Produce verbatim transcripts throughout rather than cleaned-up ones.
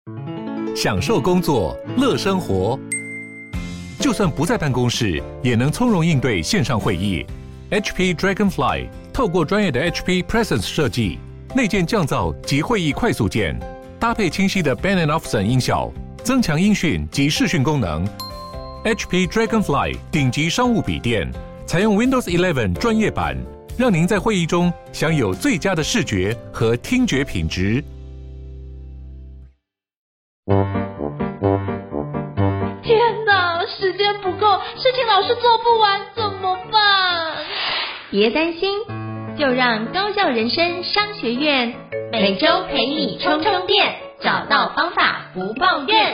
享受工作，乐生活。就算不在办公室，也能从容应对线上会议。H P Dragonfly 透过专业的 H P Presence 设计，内建降噪及会议快速键，搭配清晰的 Bang and Olufsen 音效，增强音讯及视讯功能。H P Dragonfly 顶级商务笔电，采用 Windows 十一专业版，让您在会议中享有最佳的视觉和听觉品质。 天哪，时间不够，事情老是做不完，怎么办？ 别担心，就让高效人生商学院每周陪你充充电，找到方法不抱怨。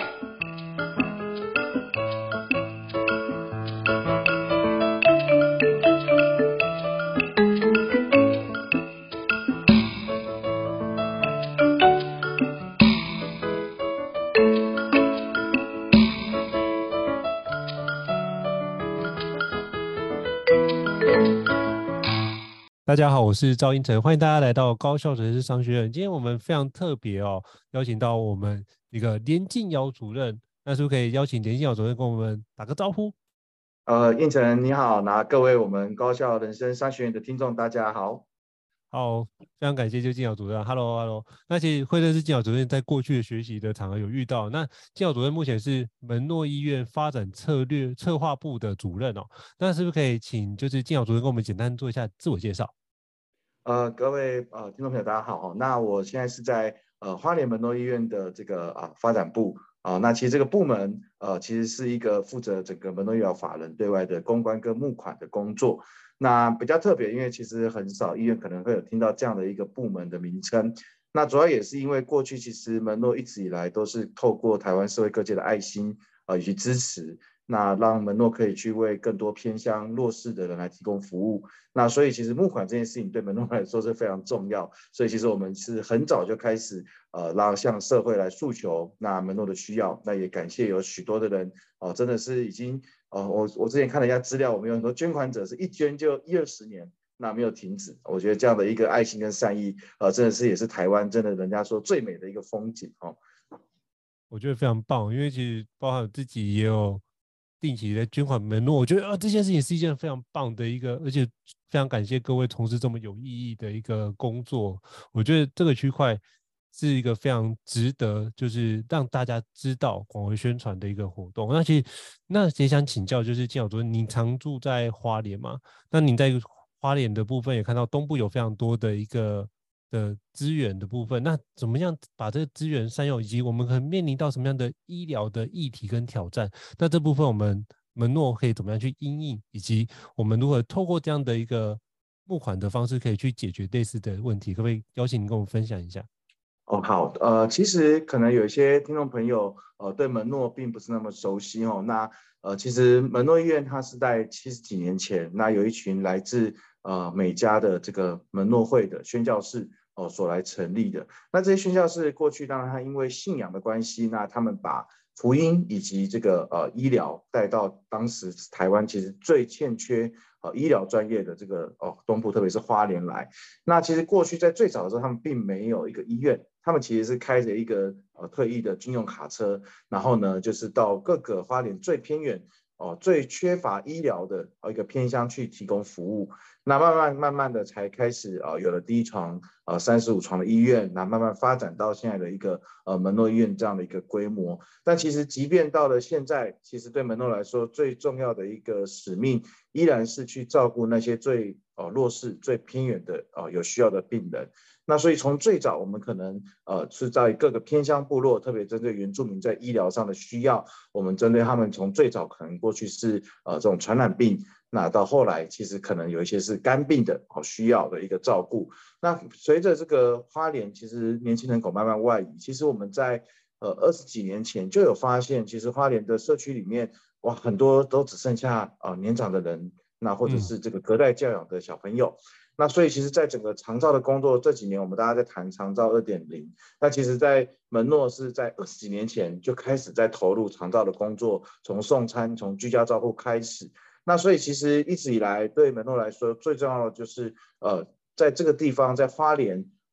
大家好，我是赵英成，欢迎大家来到高效人生商学院。今天我们非常特别哦，邀请到我们一个连晋尧主任，那是不是可以邀请连晋尧主任跟我们打个招呼？ 呃，应成你好，那各位我们高效人生商学院的听众大家好。 好，非常感谢就晋尧主任 ，Hello Hello。那其实会认识晋尧主任，在过去的学习的场合有遇到。那晋尧主任目前是门诺医院发展策略策划部的主任哦。那是不是可以请就是晋尧主任跟我们简单做一下自我介绍？ 呃，各位呃听众朋友大家好，那我现在是在呃花莲门诺医院的这个啊、呃、发展部啊、呃，那其实这个部门呃其实是一个负责整个门诺医疗法人对外的公关跟募款的工作。那比较特别，因为其实很少医院可能会有听到这样的一个部门的名称。那主要也是因为过去其实门诺一直以来都是透过台湾社会各界的爱心呃以及支持，那让门诺可以去为更多偏乡弱势的人来提供服务。那所以其实募款这件事情对门诺来说是非常重要，所以其实我们是很早就开始呃让向社会来诉求那门诺的需要。那也感谢有许多的人哦、呃，真的是已经呃我我之前看了一下资料，我们有很多捐款者是一捐就一二十年。那没有停止，我觉得这样的一个爱心跟善意，呃，真的是也是台湾真的人家说最美的一个风景哦。 我觉得非常棒，因为其实包含我自己也有定期的捐款门诺，我觉得啊这件事情是一件非常棒的一个，而且非常感谢各位从事这么有意义的一个工作。我觉得这个区块是一个非常值得，就是让大家知道、广为宣传的一个活动。那其实那也想请教，就是晋尧主任，您常住在花莲嘛？那您在花莲的部分也看到东部有非常多的一个的资源的部分，那怎么样把这个资源善用，以及我们可能面临到什么样的医疗的议题跟挑战？那这部分我们门诺可以怎么样去因应，以及我们如何透过这样的一个募款的方式，可以去解决类似的问题？可不可以邀请您跟我们分享一下？ 哦，好，呃，其实可能有一些听众朋友，呃，对门诺并不是那么熟悉哦。那呃，其实门诺医院它是在七十几年前，那有一群来自呃美加的这个门诺会的宣教士哦、呃、所来成立的。那这些宣教士过去当然他因为信仰的关系，那他们把福音以及这个呃医疗带到当时台湾其实最欠缺呃医疗专业的这个哦东部，特别是花莲来。那其实过去在最早的时候，他们并没有一个医院。他们其实是开着一个呃退役的军用卡车，然后呢，就是到各个花莲最偏远哦、呃、最缺乏医疗的呃一个偏乡去提供服务。那慢慢慢慢的才开始呃有了第一床呃三十五床的医院，那慢慢发展到现在的一个呃门诺医院这样的一个规模。但其实即便到了现在，其实对门诺来说最重要的一个使命，依然是去照顾那些最呃弱势、最偏远的呃有需要的病人。那所以从最早我们可能呃是在各个偏乡部落，特别针对原住民在医疗上的需要，我们针对他们从最早可能过去是呃这种传染病，那到后来其实可能有一些是肝病的好、哦、需要的一个照顾。那随着这个花莲其实年轻人口慢慢外移，其实我们在呃二十几年前就有发现，其实花莲的社区里面哇很多都只剩下呃年长的人，那或者是这个隔代教养的小朋友。嗯，那所以其实在整个长照的工作这几年，我们大家在谈长照 二点零， 那其实在门诺是在二十几年前就开始在投入长照的工作，从送餐从居家照护开始。那所以其实一直以来对门诺来说最重要的就是呃在这个地方在花莲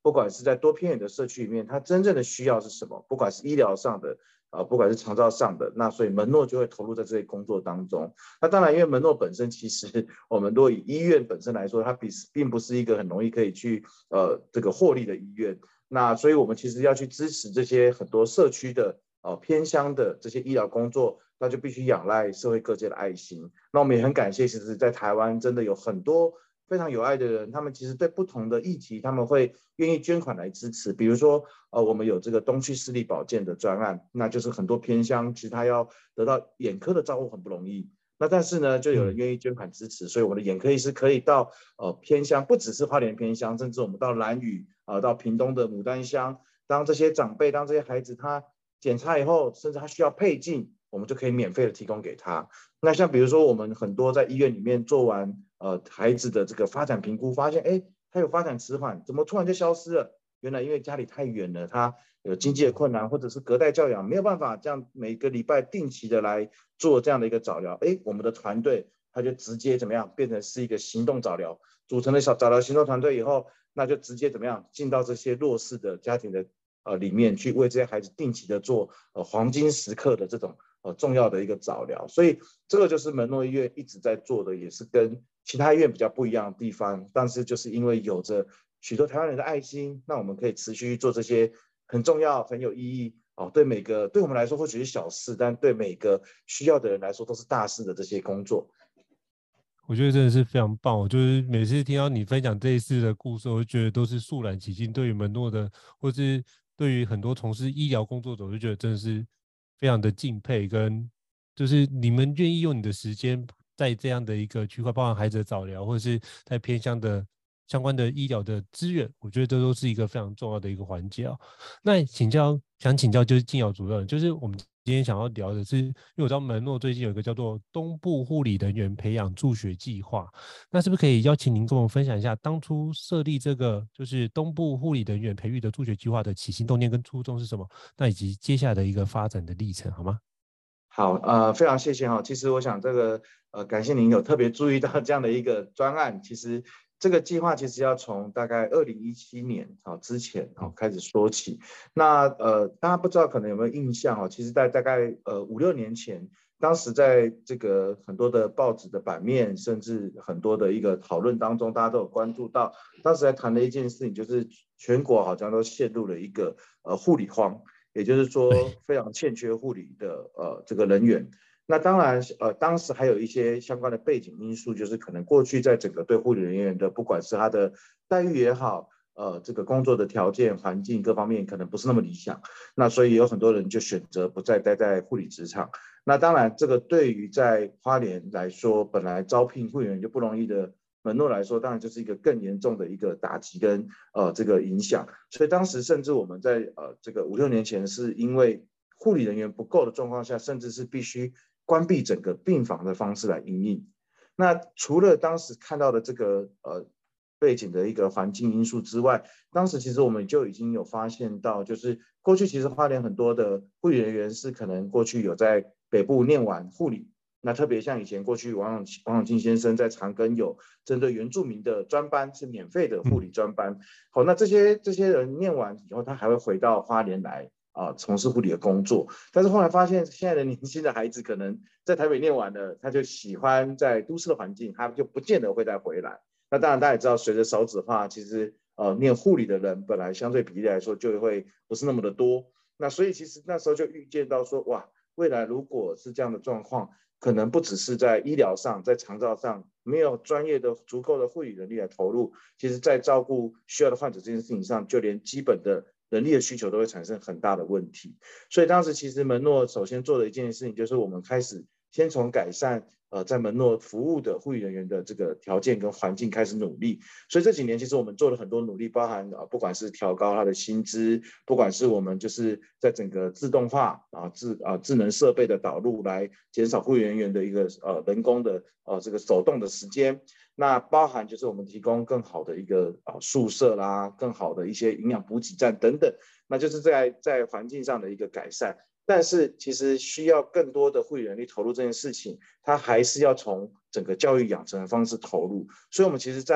不管是在多偏远的社区里面，它真正的需要是什么，不管是医疗上的呃，不管是长照上的，那所以门诺就会投入在这些工作当中。那当然，因为门诺本身其实我们如果以医院本身来说，它比并不是一个很容易可以去呃这个获利的医院。那所以我们其实要去支持这些很多社区的呃偏乡的这些医疗工作，那就必须仰赖社会各界的爱心。那我们也很感谢，其实在台湾真的有很多非常有爱的人，他们其实对不同的议题，他们会愿意捐款来支持。比如说，呃，我们有这个东区视力保健的专案，那就是很多偏乡，其实他要得到眼科的照顾很不容易。那但是呢，就有人愿意捐款支持，所以我们的眼科医师可以到呃偏乡，不只是花莲偏乡，甚至我们到兰屿啊、呃，到屏东的牡丹乡，当这些长辈，当这些孩子他检查以后，甚至他需要配镜，我们就可以免费的提供给他。那像比如说，我们很多在医院里面做完呃孩子的这个发展评估，发现哎他有发展迟缓，怎么突然就消失了？原来因为家里太远了，他有经济的困难，或者是隔代教养，没有办法这样每个礼拜定期的来做这样的一个早疗。哎，我们的团队他就直接怎么样变成是一个行动早疗，组成了小早疗行动团队以后，那就直接怎么样进到这些弱势的家庭的呃里面去，为这些孩子定期的做呃黄金时刻的这种呃重要的一个早疗。所以这个就是门诺医院一直在做的，也是跟其他医院比较不一样的地方。但是就是因为有着许多台湾人的爱心，那我们可以持续做这些很重要、很有意义哦。对每个对我们来说或许是小事，但对每个需要的人来说都是大事的这些工作。 我觉得真的是非常棒。我就是每次听到你分享这一次的故事，我就觉得都是肃然起敬。对于门诺的，或是对于很多从事医疗工作者，我就觉得真的是非常的敬佩，跟就是你们愿意用你的时间在这样的一个区块，包含孩子的早疗，或者是在偏乡的相关的医疗的资源，我觉得这都是一个非常重要的一个环节啊。那请教，想请教就是靖尧主任，就是我们今天想要聊的是，因为我知道门诺最近有一个叫做东部护理人员培养助学计划，那是不是可以邀请您跟我们分享一下当初设立这个就是东部护理人员培育的助学计划的起心动念跟初衷是什么？那以及接下来的一个发展的历程，好吗？ 好，呃，非常谢谢哈。其实我想这个，呃，感谢您有特别注意到这样的一个专案。其实这个计划其实要从大概二零一七年啊之前啊开始说起。那呃，大家不知道可能有没有印象哦？其实在大概呃五六年前，当时在这个很多的报纸的版面，甚至很多的一个讨论当中，大家都有关注到，当时在谈的一件事情，就是全国好像都陷入了一个呃护理荒。也就是说非常欠缺护理的呃这个人员。那当然呃当时还有一些相关的背景因素，就是可能过去在整个对护理人员的不管是他的待遇也好，呃这个工作的条件环境各方面可能不是那么理想，那所以有很多人就选择不再待在护理职场。那当然这个对于在花莲来说，本来招聘护理人员就不容易的门诺来说，当然就是一个更严重的一个打击跟呃这个影响。所以当时甚至我们在呃这个五六年前，是因为护理人员不够的状况下，甚至是必须关闭整个病房的方式来营运。那除了当时看到的这个呃背景的一个环境因素之外，当时其实我们就已经有发现到，就是过去其实花莲很多的护理人员是可能过去有在北部念完护理。那特别像以前过去王永王永庆先生在长庚有针对原住民的专班，是免费的护理专班。好，那这些这些人念完以后，他还会回到花莲来啊、呃、从事护理的工作。但是后来发现，现在的年轻的孩子可能在台北念完了，他就喜欢在都市的环境，他就不见得会再回来。那当然大家也知道，随着少子化，其实呃念护理的人本来相对比例来说就会不是那么的多。那所以其实那时候就预见到说，哇，未来如果是这样的状况，可能不只是在医疗上，在长照上没有专业的足够的护理人力来投入，其实在照顾需要的患者这件事情上，就连基本的人力的需求都会产生很大的问题。所以当时其实门诺首先做的一件事情，就是我们开始先从改善呃在门诺服务的护理人员的这个条件跟环境开始努力。所以这几年其实我们做了很多努力，包含呃不管是调高他的薪资，不管是我们就是在整个自动化啊智啊智能设备的导入，来减少护理人员的一个呃人工的呃这个手动的时间。那包含就是我们提供更好的一个啊宿舍啦，更好的一些营养补给站等等，那就是在在环境上的一个改善。但是其实需要更多的护理人力投入这件事情，它还是要从整个教育养成的方式投入。所以我们其实在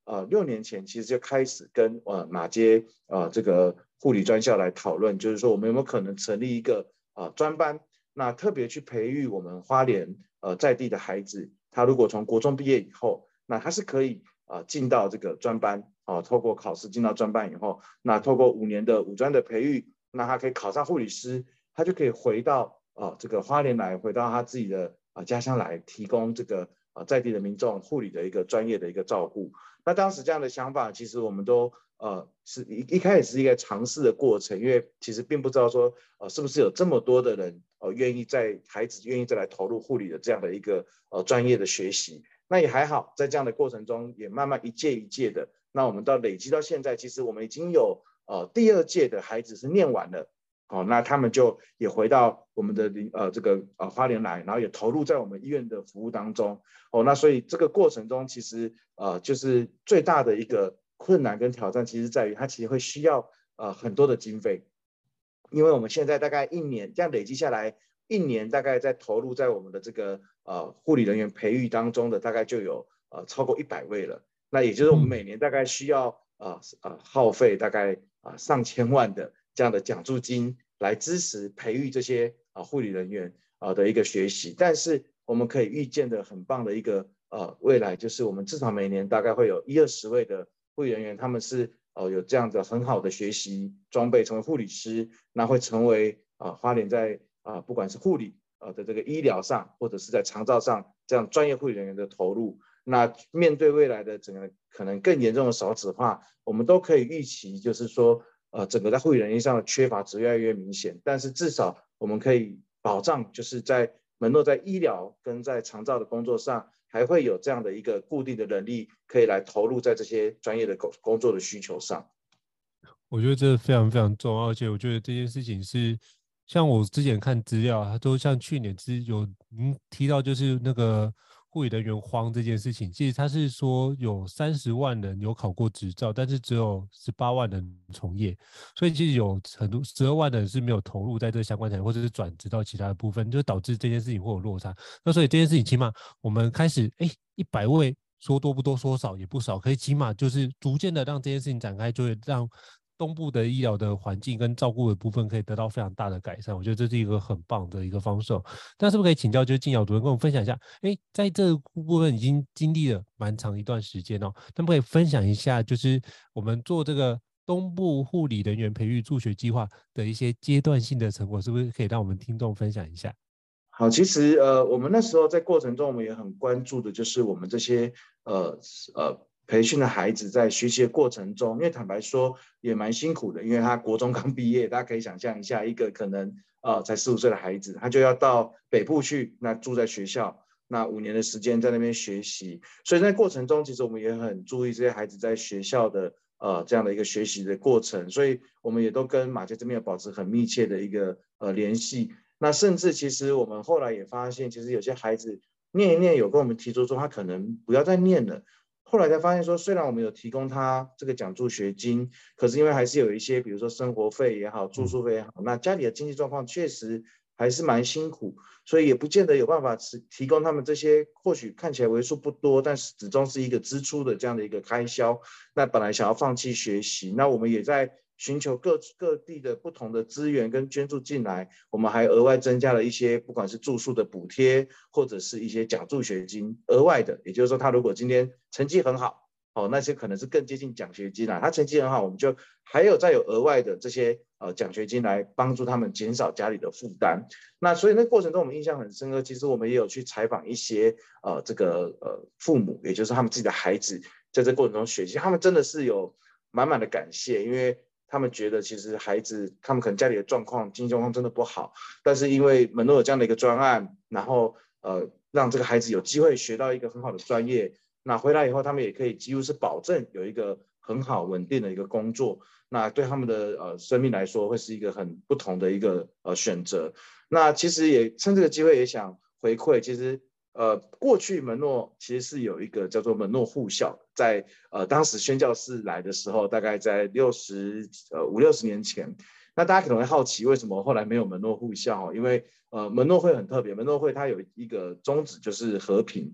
呃六年前其实就开始跟呃马偕呃这个护理专校来讨论，就是说我们有没有可能成立一个呃专班，那特别去培育我们花莲呃在地的孩子，他如果从国中毕业以后，那他是可以呃进到这个专班，哦、呃，透过考试进到专班以后，那透过五年的五专的培育，那他可以考上护理师，他就可以回到呃这个花莲来，回到他自己的呃家乡来，提供这个呃在地的民众护理的一个专业的一个照顾。那当时这样的想法，其实我们都呃是一一开始是一个尝试的过程，因为其实并不知道说呃是不是有这么多的人呃愿意在孩子愿意再来投入护理的这样的一个呃专业的学习。那也还好，在这样的过程中，也慢慢一届一届的，那我们到累积到现在，其实我们已经有呃第二届的孩子是念完了。好、哦，那他们就也回到我们的呃这个呃花莲来，然后也投入在我们医院的服务当中。哦，那所以这个过程中，其实呃就是最大的一个困难跟挑战，其实在于它其实会需要呃很多的经费，因为我们现在大概一年这样累积下来，一年大概在投入在我们的这个呃护理人员培育当中的大概就有呃超过一百位了。那也就是我们每年大概需要呃呃耗费大概啊、呃、上千万的这样的奖助金来支持培育这些啊护理人员啊的一个学习，但是我们可以预见的很棒的一个呃未来，就是我们至少每年大概会有一二十位的护理人员，他们是呃有这样的很好的学习装备，成为护理师，那会成为啊、呃、花莲在啊、呃、不管是护理呃的这个医疗上，或者是在长照上这样专业护理人员的投入。那面对未来的整个可能更严重的少子化，我们都可以预期，就是说，呃，整个在护理人员上的缺乏值越来越明显。但是至少我们可以保障，就是在门诺在医疗跟在长照的工作上，还会有这样的一个固定的人力，可以来投入在这些专业的工工作的需求上。 我觉得这非常非常重要，而且我觉得这件事情是，像我之前看资料，它都像去年之有嗯提到，就是那个护理人员荒这件事情，其实他是说有三十万人有考过执照，但是只有十八万人从业，所以其实有很多十二万人是没有投入在这相关产业，或者是转职到其他的部分，就导致这件事情会有落差。那所以这件事情起码我们开始哎一百位。说多不多，说少也不少，可以起码就是逐渐的让这件事情展开，就会让东部的医疗的环境跟照顾的部分可以得到非常大的改善。我觉得这是一个很棒的一个方式。那是不是可以请教，就是靖尧主任跟我们分享一下？哎，在这个部分已经经历了蛮长一段时间哦，那么可以分享一下，就是我们做这个东部护理人员培育助学计划的一些阶段性的成果，是不是可以让我们听众分享一下？ 好，其实呃，我们那时候在过程中，我们也很关注的，就是我们这些呃呃培训的孩子在学习的过程中，因为坦白说也蛮辛苦的，因为他国中刚毕业，大家可以想象一下，一个可能呃才十五岁的孩子，他就要到北部去，那住在学校，那五年的时间在那边学习，所以在过程中，其实我们也很注意这些孩子在学校的呃这样的一个学习的过程，所以我们也都跟马偕这边保持很密切的一个呃联系。那甚至其实我们后来也发现，其实有些孩子念一念有跟我们提出说他可能不要再念了，后来才发现说，虽然我们有提供他这个奖助学金，可是因为还是有一些比如说生活费也好，住宿费也好，那家里的经济状况确实还是蛮辛苦，所以也不见得有办法提供他们这些或许看起来为数不多，但是始终是一个支出的这样的一个开销。那本来想要放弃学习，那我们也在寻求各各地的不同的资源跟捐助进来，我们还额外增加了一些不管是住宿的补贴，或者是一些奖助学金额外的，也就是说他如果今天成绩很好，哦，那些可能是更接近奖学金啦，他成绩很好，我们就还有再有额外的这些呃奖学金来帮助他们减少家里的负担。那所以那过程中我们印象很深刻，其实我们也有去采访一些呃这个呃父母，也就是他们自己的孩子在这过程中学习，他们真的是有满满的感谢，因为他们觉得其实孩子他们可能家里的状况经济状况真的不好，但是因为门诺有这样的一个专案，然后呃让这个孩子有机会学到一个很好的专业，那回来以后他们也可以几乎是保证有一个很好稳定的一个工作，那对他们的呃生命来说会是一个很不同的一个呃选择。那其实也趁这个机会也想回馈，其实呃，过去门诺其实是有一个叫做门诺护校，在呃当时宣教士来的时候，大概在六十呃五六十年前。那大家可能会好奇，为什么后来没有门诺护校？因为呃门诺会很特别，门诺会它有一个宗旨就是和平。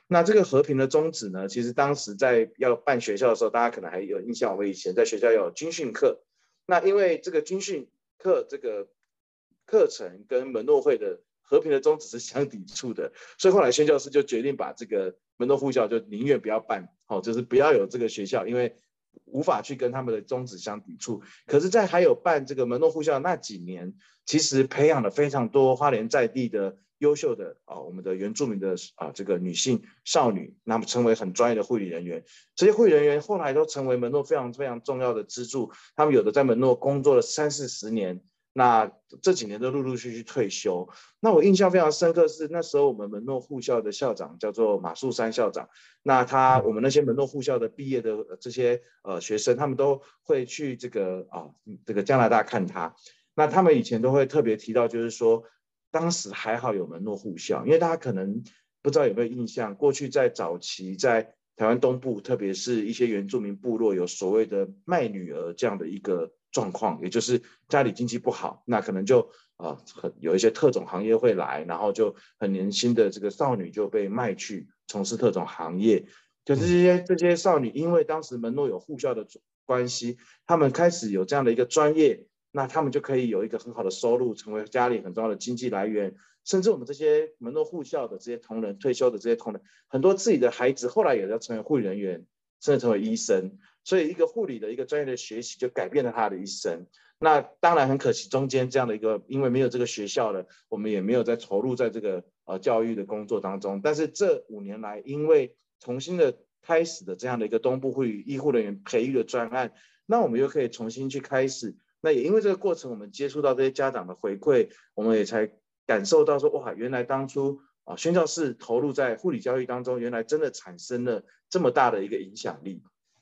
那这个和平的宗旨呢，其实当时在要办学校的时候，大家可能还有印象，我以前在学校有军训课，那因为这个军训课这个课程跟门诺会的和平的宗旨是相抵触的，所以后来宣教师就决定把这个门诺护校就宁愿不要办，好、哦，就是不要有这个学校，因为无法去跟他们的宗旨相抵触。可是，在还有办这个门诺护校那几年，其实培养了非常多花莲在地的优秀的啊，我们的原住民的啊这个女性少女，那么成为很专业的护理人员。这些护理人员后来都成为门诺非常非常重要的支柱，他们有的在门诺工作了三四十年。那这几年都陆陆续续退休。那我印象非常深刻是那时候我们门诺护校的校长叫做马树山校长。那他我们那些门诺护校的毕业的这些呃学生，他们都会去这个啊这个加拿大看他。那他们以前都会特别提到，就是说当时还好有门诺护校，因为大家可能不知道有没有印象，过去在早期在台湾东部，特别是一些原住民部落，有所谓的卖女儿这样的一个状况，也就是家里经济不好，那可能就呃有一些特种行业会来，然后就很年轻的这个少女就被卖去从事特种行业。可是这些这些少女因为当时门诺有护校的关系，他们开始有这样的一个专业，那他们就可以有一个很好的收入，成为家里很重要的经济来源。甚至我们这些门诺护校的这些同仁，退休的这些同仁，很多自己的孩子后来也要成为护理人员，甚至成为医生。所以一个护理的一个专业的学习就改变了他的一生。那当然很可惜，中间这样的一个因为没有这个学校了，我们也没有再投入在这个呃教育的工作当中。但是这五年来，因为重新的开始的这样的一个东部护理医护人员培育的专案，那我们又可以重新去开始。那也因为这个过程，我们接触到这些家长的回馈，我们也才感受到说，哇，原来当初啊宣教士投入在护理教育当中，原来真的产生了这么大的一个影响力。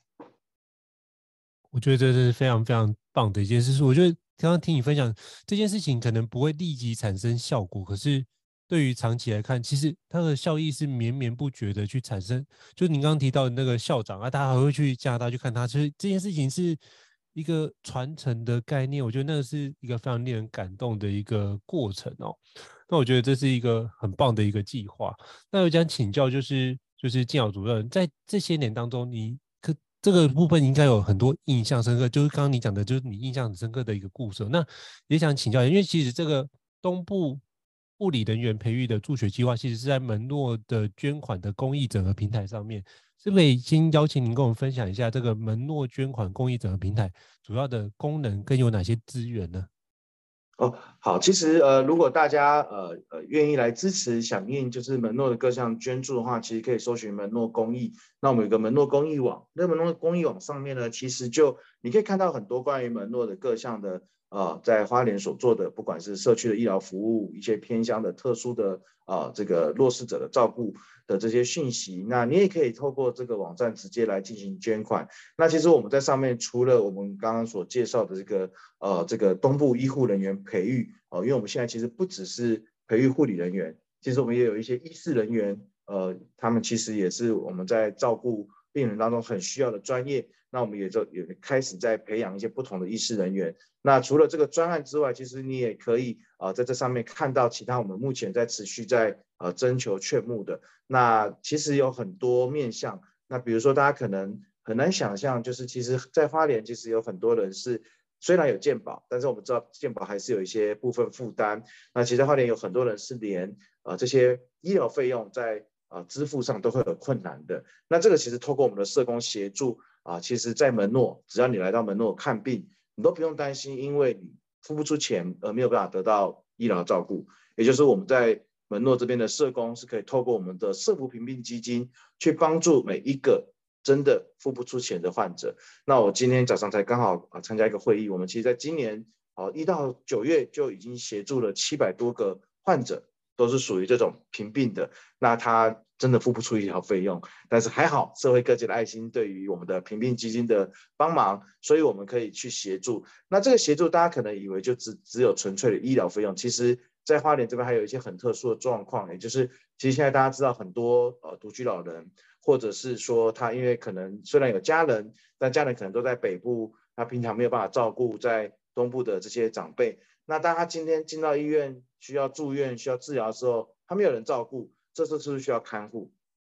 我觉得这是非常非常棒的一件事。我觉得刚刚听你分享这件事情，可能不会立即产生效果，可是对于长期来看，其实它的效益是绵绵不绝的去产生。就您刚刚提到的那个校长啊，大家还会去加拿大去看他，所以这件事情是一个传承的概念。我觉得那个是一个非常令人感动的一个过程哦。那我觉得这是一个很棒的一个计划。那我想请教，就是就是敬尧主任，在这些年当中，你可这个部分应该有很多印象深刻，就是刚刚你讲的，就是你印象很深刻的一个故事。那也想请教一下，因为其实这个东部护理人员培育的助学计划，其实是在门诺的捐款的公益整合平台上面，是不是可以先邀请您跟我们分享一下这个门诺捐款公益整合平台主要的功能跟有哪些资源呢？ 哦，好，其实呃，如果大家呃呃愿意来支持响应就是门诺的各项捐助的话，其实可以搜寻门诺公益。那我们有个门诺公益网，那门诺公益网上面呢，其实就你可以看到很多关于门诺的各项的呃在花莲所做的，不管是社区的医疗服务，一些偏乡的特殊的呃这个弱势者的照顾的这些讯息，那你也可以透过这个网站直接来进行捐款。那其实我们在上面除了我们刚刚所介绍的这个呃这个东部医护人员培育哦、呃，因为我们现在其实不只是培育护理人员，其实我们也有一些医事人员，呃，他们其实也是我们在照顾病人当中很需要的专业。那我们也就也开始在培养一些不同的医事人员。那除了这个专案之外，其实你也可以啊、呃、在这上面看到其他我们目前在持续在呃征求劝募的。那其实有很多面向。那比如说大家可能很难想象，就是其实在花莲其实有很多人是虽然有健保，但是我们知道健保还是有一些部分负担。那其实在花莲有很多人是连呃这些医疗费用在呃支付上都会有困难的。那这个其实透过我们的社工协助啊，其实在门诺，只要你来到门诺看病，你都不用担心，因为你付不出钱而没有办法得到医疗照顾。也就是我们在门诺这边的社工是可以透过我们的社福贫病基金去帮助每一个真的付不出钱的患者。那我今天早上才刚好啊参加一个会议，我们其实在今年啊一到九月就已经协助了七百多个患者，都是属于这种贫病的。那他真的付不出医疗费用，但是还好社会各界的爱心对于我们的贫病基金的帮忙，所以我们可以去协助。那这个协助大家可能以为就只只有纯粹的医疗费用，其实在花莲这边还有一些很特殊的状况，也就是其实现在大家知道很多呃独居老人，或者是说他因为可能虽然有家人，但家人可能都在北部，他平常没有办法照顾在东部的这些长辈。那当他今天进到医院需要住院需要治疗的时候，他没有人照顾，这时候是不是需要看护？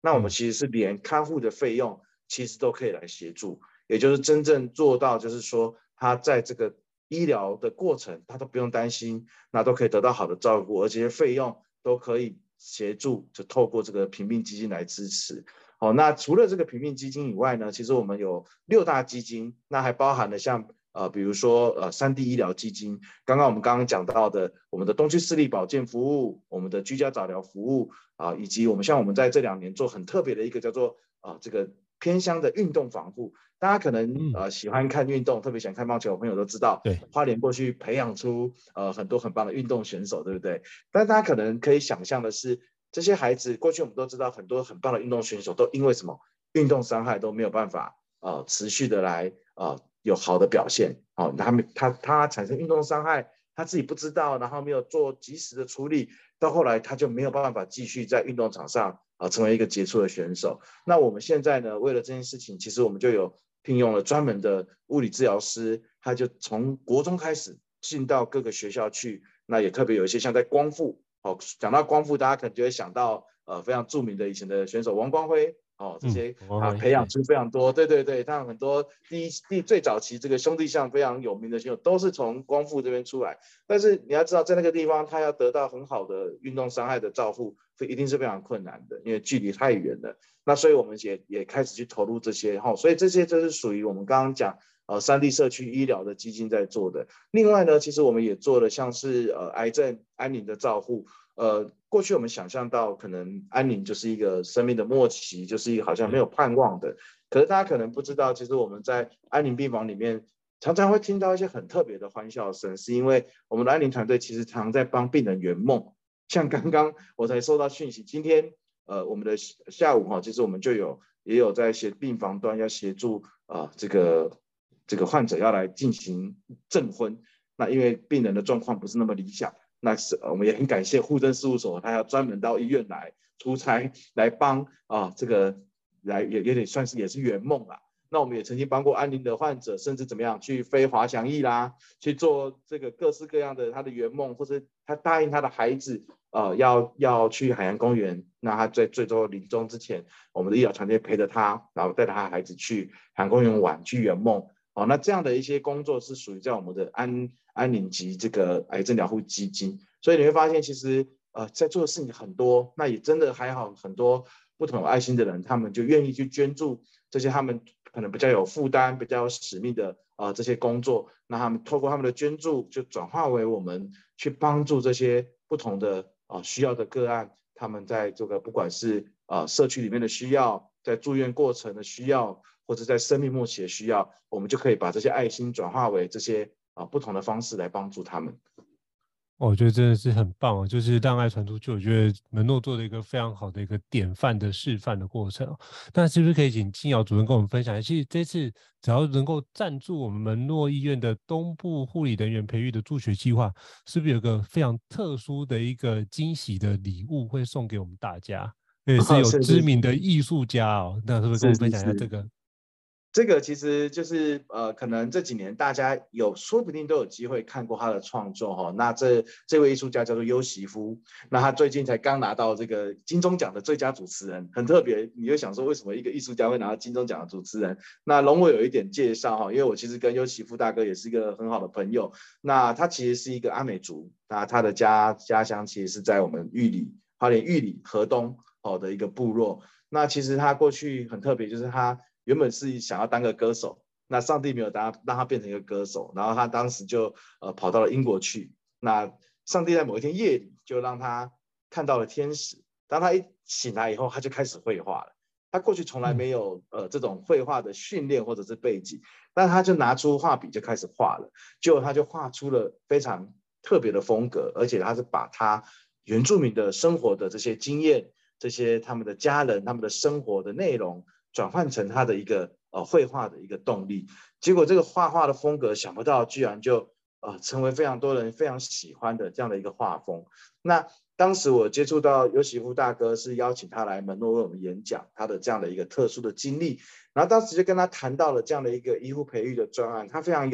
那我们其实是连看护的费用其实都可以来协助，也就是真正做到就是说他在这个医疗的过程他都不用担心，那都可以得到好的照顾，而且费用都可以协助，就透过这个贫病基金来支持。好，那除了这个贫病基金以外呢，其实我们有六大基金，那还包含了像呃，比如说呃三 D 医疗基金，刚刚我们刚刚讲到的我们的东区市立保健服务，我们的居家早疗服务啊、呃，以及我们像我们在这两年做很特别的一个叫做啊、呃、这个偏乡的运动防护。大家可能呃喜欢看运动，特别喜欢看棒球的朋友都知道， 对， 花莲过去培养出呃很多很棒的运动选手，对不对？但大家可能可以想象的是，这些孩子过去我们都知道，很多很棒的运动选手都因为什么运动伤害都没有办法呃持续的来呃有好的表现，好、哦，他们他他产生运动伤害，他自己不知道，然后没有做及时的处理，到后来他就没有办法继续在运动场上啊、呃、成为一个杰出的选手。那我们现在呢，为了这件事情，其实我们就有聘用了专门的物理治疗师，他就从国中开始进到各个学校去，那也特别有一些像在光复，哦，讲到光复，大家可能就会想到呃非常著名的以前的选手王光辉。哦，这些、嗯、啊培养出非常多，对对对，他很多第一第最早期这个兄弟象非常有名的选手都是从光复这边出来，但是你要知道在那个地方他要得到很好的运动伤害的照护，一定是非常困难的，因为距离太远了。那所以我们也也开始去投入这些，哈、哦，所以这些就是属于我们刚刚讲呃三地社区医疗的基金在做的。另外呢，其实我们也做了像是呃癌症安宁的照护。呃，过去我们想象到可能安宁就是一个生命的末期，就是一个好像没有盼望的。可是大家可能不知道，其实我们在安宁病房里面常常会听到一些很特别的欢笑声，是因为我们的安宁团队其实常在帮病人圆梦。像刚刚我才收到讯息，今天呃我们的下午哈，其实我们就有也有在协病房端要协助啊、呃、这个这个患者要来进行证婚，那因为病人的状况不是那么理想。那是我们也很感谢户政事务所，他要专门到医院来出差来帮啊，这个来也有点算是也是圆梦啦。那我们也曾经帮过安宁的患者，甚至怎么样去飞滑翔翼啦，去做这个各式各样的他的圆梦，或者他答应他的孩子，呃，要要去海洋公园，那他在最终临终之前，我们的医疗团队陪着他，然后带他的孩子去海洋公园玩，去圆梦。哦，那这样的一些工作是属于在我们的安安宁及这个癌症疗护基金，所以你会发现其实呃在做的事情很多，那也真的还好，很多不同有爱心的人，他们就愿意去捐助这些他们可能比较有负担、比较有使命的呃这些工作，那他们透过他们的捐助，就转化为我们去帮助这些不同的呃需要的个案，他们在这个不管是呃社区里面的需要，在住院过程的需要，或者在生命末期的需要，我们就可以把这些爱心转化为这些啊、呃、不同的方式来帮助他们。 我觉得真的是很棒哦，就是让爱传出去，我觉得门诺做了一个非常好的一个典范的示范的过程。那是不是可以请金瑶主任跟我们分享一下，其实这次只要能够赞助我们门诺医院的东部护理人员培育的助学计划，是不是有个非常特殊的一个惊喜的礼物会送给我们大家？也是有知名的艺术家哦，那是不是跟我们分享一下这个？是是是这个其实就是呃，可能这几年大家有说不定都有机会看过他的创作哈、哦。那这这位艺术家叫做优席夫，那他最近才刚拿到这个金钟奖的最佳主持人，很特别。你就想说，为什么一个艺术家会拿到金钟奖的主持人？那容我有一点介绍哈，因为我其实跟优席夫大哥也是一个很好的朋友。那他其实是一个阿美族，那他的家家乡其实是在我们玉里花莲玉里河东哦的一个部落。那其实他过去很特别，就是他原本是想要当个歌手，那上帝没有让他让他变成一个歌手，然后他当时就呃跑到了英国去。那上帝在某一天夜里就让他看到了天使，当他一醒来以后，他就开始绘画了。他过去从来没有呃这种绘画的训练或者是背景，但他就拿出画笔就开始画了，结果他就画出了非常特别的风格，而且他是把他原住民的生活的这些经验，这些他们的家人他们的生活的内容转换成他的一个呃绘画的一个动力，结果这个画画的风格想不到居然就呃成为非常多人非常喜欢的这样的一个画风。那当时我接触到优席夫大哥是邀请他来门诺为我们演讲他的这样的一个特殊的经历，然后当时就跟他谈到了这样的一个医护培育的专案，他非常有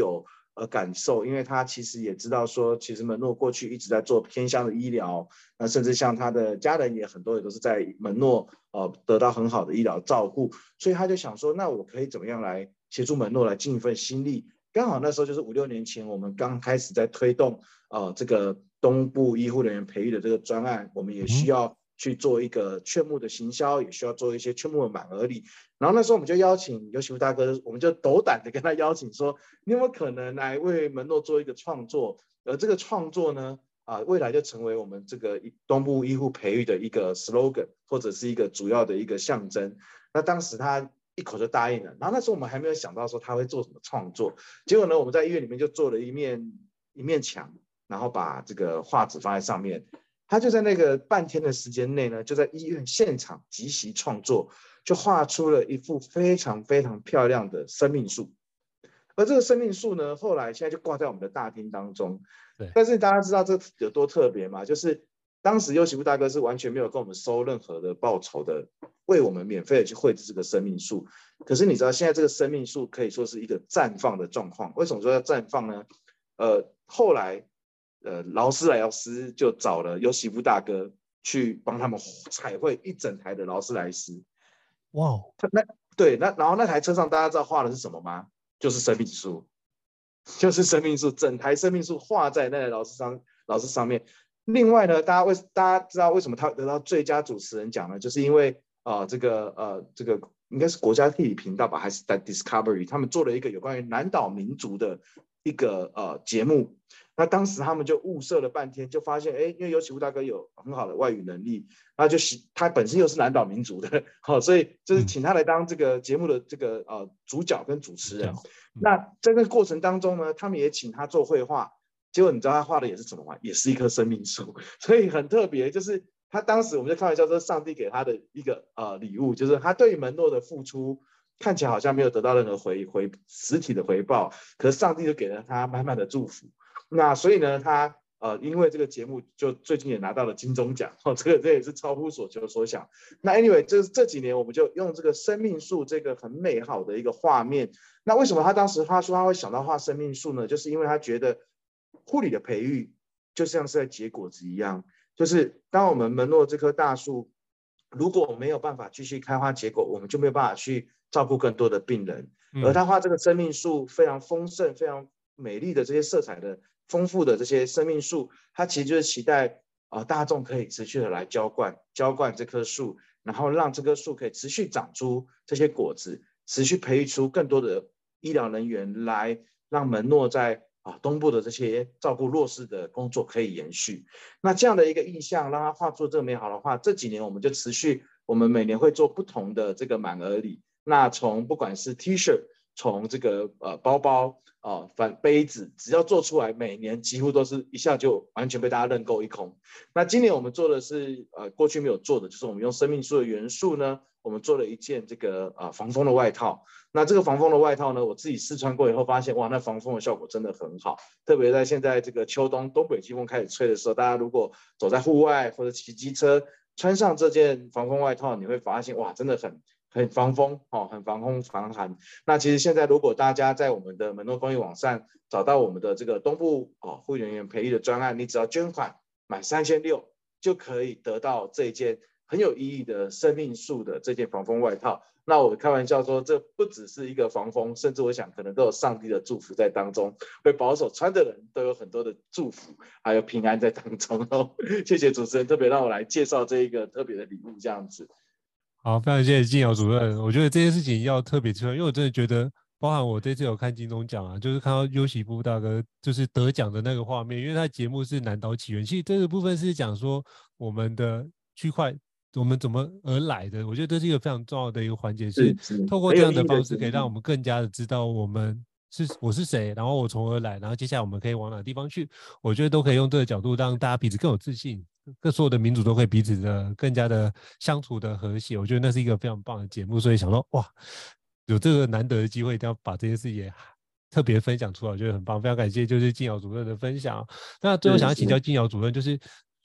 呃感受，因为他其实也知道说，其实门诺过去一直在做偏乡的医疗，那甚至像他的家人也很多也都是在门诺呃得到很好的医疗照顾，所以他就想说，那我可以怎么样来协助门诺来尽一份心力？刚好那时候就是五六年前，我们刚开始在推动呃这个东部医护人员培育的这个专案，我们也需要去做一个劝募的行销，也需要做一些劝募的满额礼。然后那时候我们就邀请尤喜夫大哥，我们就斗胆的跟他邀请说，你有没有可能来为门诺做一个创作？而这个创作呢，啊、呃，未来就成为我们这个东部医护培育的一个 slogan， 或者是一个主要的一个象征。那当时他一口就答应了。然后那时候我们还没有想到说他会做什么创作，结果呢，我们在医院里面就做了一面一面墙，然后把这个画纸放在上面。他就在那个半天的时间内呢，就在医院现场即席创作，就画出了一幅非常非常漂亮的生命树。而这个生命树呢，后来现在就挂在我们的大厅当中。对。但是大家知道这有多特别吗？就是当时尤喜夫大哥是完全没有跟我们收任何的报酬的，为我们免费的去绘制这个生命树。可是你知道现在这个生命树可以说是一个绽放的状况。为什么说要绽放呢？呃，后来呃劳斯莱斯就找了尤喜夫大哥去帮他们彩绘一整台的劳斯莱斯。 哇， 那对，那然后那台车上大家知道画的是什么吗？就是生命树，就是生命树，整台生命树画在那台劳斯上劳斯上面。另外呢，大家为大家知道为什么他得到最佳主持人奖呢？就是因为呃这个呃这个应该是国家地理频道吧，还是在 Discovery 他们做了一个有关于南岛民族的一个呃节目。那当时他们就物色了半天，就发现哎，因为尤喜夫大哥有很好的外语能力，那就他本身又是南岛民族的，好，所以就是请他来当这个节目的这个呃主角跟主持人。那在这个过程当中呢，他们也请他做绘画。结果你知道他画的也是什么吗？也是一棵生命树，所以很特别。就是他当时我们就开玩笑说，上帝给他的一个呃礼物，就是他对门诺的付出看起来好像没有得到任何回回实体的回报，可是上帝就给了他满满的祝福。那所以呢，他呃因为这个节目就最近也拿到了金钟奖，哦，这个这也是超乎所求所想。那 anyway， 这这几年我们就用这个生命树这个很美好的一个画面。那为什么他当时他说他会想到画生命树呢？就是因为他觉得护理的培育就像是在结果子一样，就是当我们门诺这棵大树如果没有办法继续开花结果，我们就没有办法去照顾更多的病人。嗯、而他画这个生命树非常丰盛非常美丽的这些色彩的丰富的这些生命树，它其实就是期待、呃、大众可以持续的来浇灌浇灌这棵树，然后让这棵树可以持续长出这些果子，持续培育出更多的医疗人员来让门诺在啊，东部的这些照顾弱势的工作可以延续。那这样的一个意向让他画出这个美好的画，这几年我们就持续，我们每年会做不同的这个满额礼。那从不管是 T 恤，从这个呃包包啊、反、呃、杯子，只要做出来，每年几乎都是一下就完全被大家认购一空。那今年我们做的是呃过去没有做的，就是我们用生命树的元素呢，我们做了一件这个呃防风的外套。那这个防风的外套呢，我自己试穿过以后发现，哇，那防风的效果真的很好。特别在现在这个秋冬东北季风开始吹的时候，大家如果走在户外或者骑机车，穿上这件防风外套，你会发现，哇，真的很很防风哦，很防风防寒。那其实现在如果大家在我们的门诺公益网上找到我们的这个东部哦护理人员培育的专案，你只要捐款满三千六，就可以得到这一件很有意义的生命树的这件防风外套。那我开玩笑说，这不只是一个防风，甚至我想可能都有上帝的祝福在当中，会保守穿的人都有很多的祝福还有平安在当中哦。谢谢主持人特别让我来介绍这一个特别的礼物这样子。 好，非常谢谢靖尧主任。我觉得这件事情要特别出来，因为我真的觉得包含我这次有看金钟奖啊，就是看到尤喜夫大哥就是得奖的那个画面，因为他节目是南岛起源，其实这个部分是讲说我们的区块我们怎么而来的，我觉得这是一个非常重要的一个环节，是透过这样的方式可以让我们更加的知道我们是我是谁，然后我从何而来，然后接下来我们可以往哪个地方去，我觉得都可以用这个角度让大家彼此更有自信，各所有的民主都可以彼此的更加的相处的和谐，我觉得那是一个非常棒的节目，所以想说哇，有这个难得的机会一定要把这件事也特别分享出来，我觉得很棒，非常感谢就是靖尧主任的分享。那最后想要请教靖尧主任，就是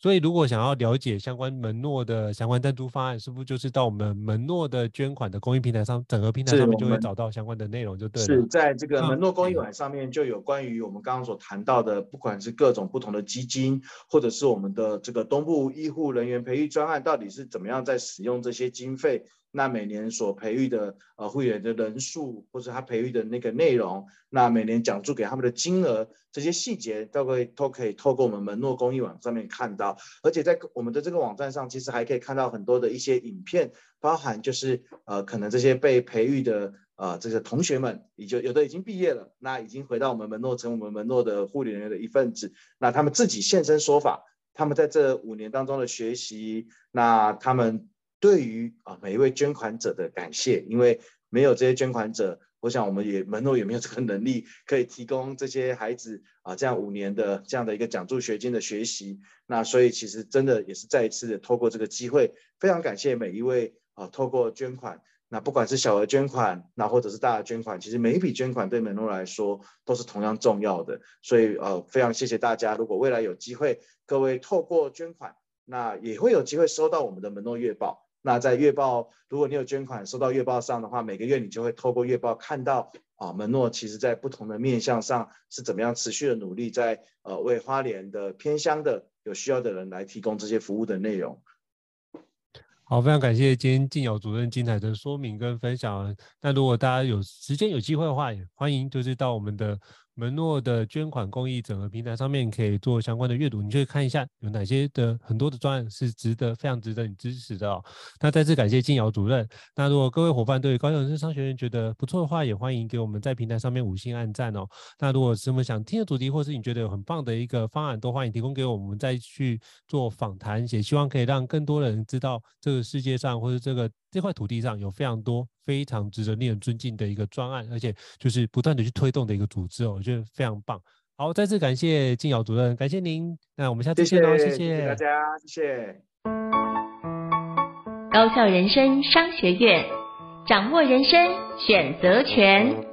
所以如果想要了解相关门诺的相关赞助方案，是不是就是到我们门诺的捐款的公益平台上，整个平台上面就会找到相关的内容就对了。 是在这个门诺公益网上面就有关于我们刚刚所谈到的，不管是各种不同的基金，或者是我们的这个东部医护人员培育专案，到底是怎么样在使用这些经费，那每年所培育的呃护理员的人数，或者他培育的那个内容，那每年奖助给他们的金额，这些细节都可以都可以透过我们门诺公益网上面看到。而且在我们的这个网站上，其实还可以看到很多的一些影片，包含就是呃可能这些被培育的呃这个同学们，也就有的已经毕业了，那已经回到我们门诺，成为我们门诺的护理人员的一份子，那他们自己现身说法，他们在这五年当中的学习，那他们对于啊每一位捐款者的感谢，因为没有这些捐款者，我想我们也门诺也没有这个能力可以提供这些孩子啊这样五年的这样的一个奖助学金的学习，那所以其实真的也是再一次的透过这个机会，非常感谢每一位啊透过捐款，那不管是小额捐款，那或者是大额捐款，其实每一笔捐款对门诺来说都是同样重要的，所以呃非常谢谢大家，如果未来有机会，各位透过捐款，那也会有机会收到我们的门诺月报。那在月报，如果你有捐款收到月报上的话，每个月你就会透过月报看到啊，门诺其实在不同的面向上是怎么样持续的努力在，在呃为花莲的偏乡的有需要的人来提供这些服务的内容。 好，非常感谢今天敬尧主任精彩的说明跟分享。那如果大家有时间有机会的话，也欢迎就是到我们的门诺的捐款公益整合平台上面可以做相关的阅读，你就会看一下有哪些的很多的专案是值得非常值得你支持的哦。那再次感谢敬尧主任。那如果各位伙伴对高效人生商学院觉得不错的话，也欢迎给我们在平台上面五星按赞哦。那如果有什么想听的主题，或是你觉得有很棒的一个方案，都欢迎提供给我们，我们再去做访谈，也希望可以让更多人知道这个世界上或者这个这块土地上有非常多非常值得令人尊敬的一个专案，而且就是不断的去推动的一个组织哦，我觉得非常棒。好，再次感谢敬尧主任，感谢您。那我们下次见喽，谢谢， 谢谢大家，谢谢。 高效人生商学院，掌握人生选择权。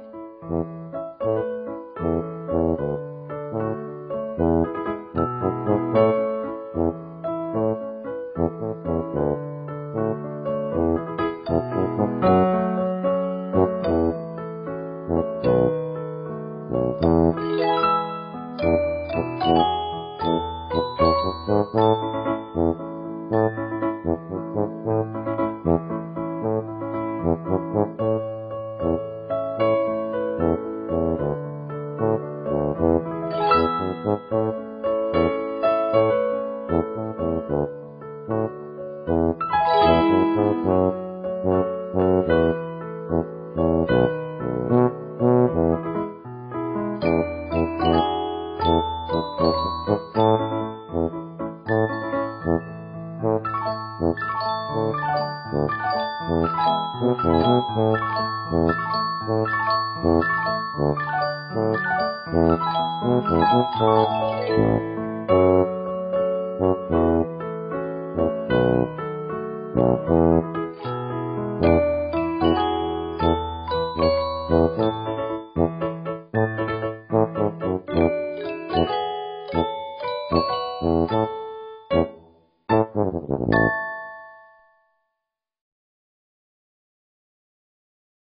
Thank you.